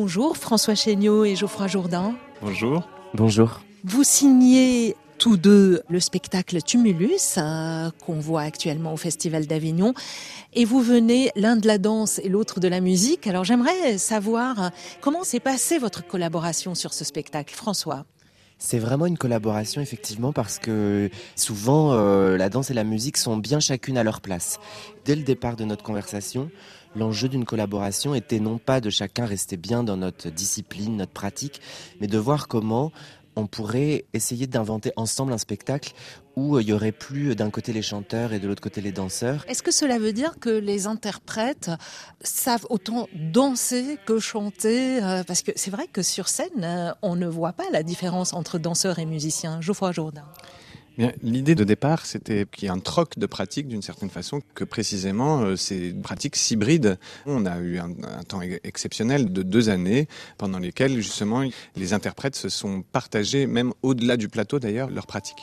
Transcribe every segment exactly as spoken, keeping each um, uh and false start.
Bonjour François Chéniaud et Geoffroy Jourdain. Bonjour. Bonjour. Vous signez tous deux le spectacle Tumulus euh, qu'on voit actuellement au Festival d'Avignon et vous venez l'un de la danse et l'autre de la musique. Alors j'aimerais savoir comment s'est passée votre collaboration sur ce spectacle, François. C'est vraiment une collaboration effectivement parce que souvent euh, la danse et la musique sont bien chacune à leur place. Dès le départ de notre conversation, l'enjeu d'une collaboration était non pas de chacun rester bien dans notre discipline, notre pratique, mais de voir comment on pourrait essayer d'inventer ensemble un spectacle où il y aurait plus d'un côté les chanteurs et de l'autre côté les danseurs. Est-ce que cela veut dire que les interprètes savent autant danser que chanter ? Parce que c'est vrai que sur scène, on ne voit pas la différence entre danseurs et musiciens. Geoffroy Jourdain. Bien, l'idée de départ, c'était qu'il y ait un troc de pratiques d'une certaine façon, que précisément euh, ces pratiques s'hybrident. On a eu un, un temps exceptionnel de deux années pendant lesquelles justement les interprètes se sont partagés, même au-delà du plateau d'ailleurs, leurs pratiques.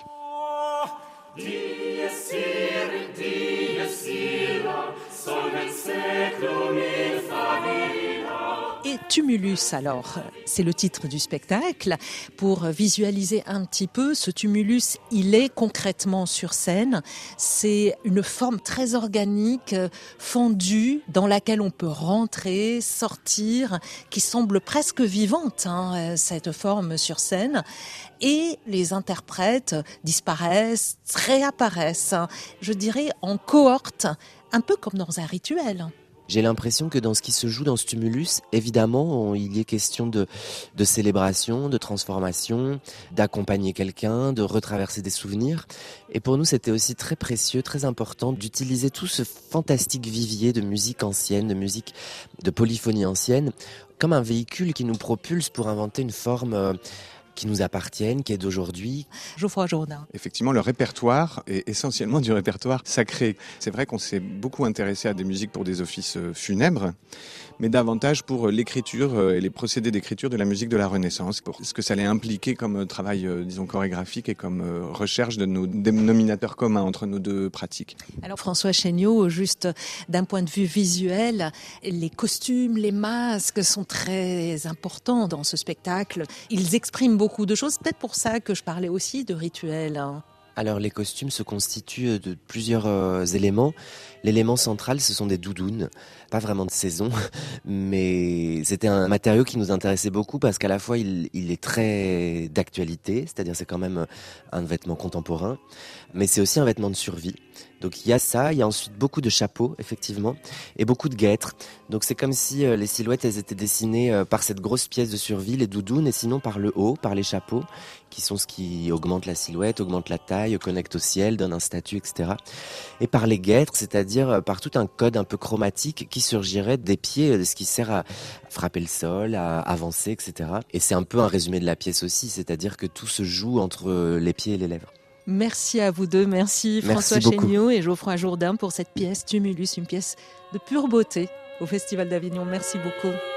Et Tumulus, alors, c'est le titre du spectacle. Pour visualiser un petit peu, ce tumulus, il est concrètement sur scène. C'est une forme très organique, fendue, dans laquelle on peut rentrer, sortir, qui semble presque vivante, hein, cette forme sur scène. Et les interprètes disparaissent, réapparaissent, je dirais en cohorte, un peu comme dans un rituel. J'ai l'impression que dans ce qui se joue dans ce tumulus, évidemment, on, il y est question de, de célébration, de transformation, d'accompagner quelqu'un, de retraverser des souvenirs. Et pour nous, c'était aussi très précieux, très important d'utiliser tout ce fantastique vivier de musique ancienne, de musique de polyphonie ancienne, comme un véhicule qui nous propulse pour inventer une forme euh, qui nous appartiennent, qui est d'aujourd'hui. Geoffroy Jourdain. Effectivement, le répertoire est essentiellement du répertoire sacré. C'est vrai qu'on s'est beaucoup intéressé à des musiques pour des offices funèbres, mais davantage pour l'écriture et les procédés d'écriture de la musique de la Renaissance, pour ce que ça allait impliquer comme travail, disons, chorégraphique et comme recherche de nos dénominateurs communs entre nos deux pratiques. Alors François Chéniaud, juste d'un point de vue visuel, les costumes, les masques sont très importants dans ce spectacle. Ils expriment beaucoup de choses, peut-être pour ça que je parlais aussi de rituels. Alors les costumes se constituent de plusieurs euh, éléments. L'élément central, ce sont des doudounes, pas vraiment de saison, mais c'était un matériau qui nous intéressait beaucoup parce qu'à la fois il, il est très d'actualité, c'est-à-dire c'est quand même un vêtement contemporain, mais c'est aussi un vêtement de survie. Donc il y a ça, il y a ensuite beaucoup de chapeaux, effectivement, et beaucoup de guêtres. Donc c'est comme si euh, les silhouettes, elles étaient dessinées euh, par cette grosse pièce de survie, les doudounes, et sinon par le haut, par les chapeaux, qui sont ce qui augmente la silhouette, augmente la taille, connecte au ciel, donne un statut, et cetera. Et par les guêtres, c'est-à-dire euh, par tout un code un peu chromatique qui surgirait des pieds, de ce qui sert à frapper le sol, à avancer, et cetera. Et c'est un peu un résumé de la pièce aussi, c'est-à-dire que tout se joue entre les pieds et les lèvres. Merci à vous deux, merci, merci François Chéniaud et Geoffroy Jourdain pour cette pièce Tumulus, une pièce de pure beauté au Festival d'Avignon. Merci beaucoup.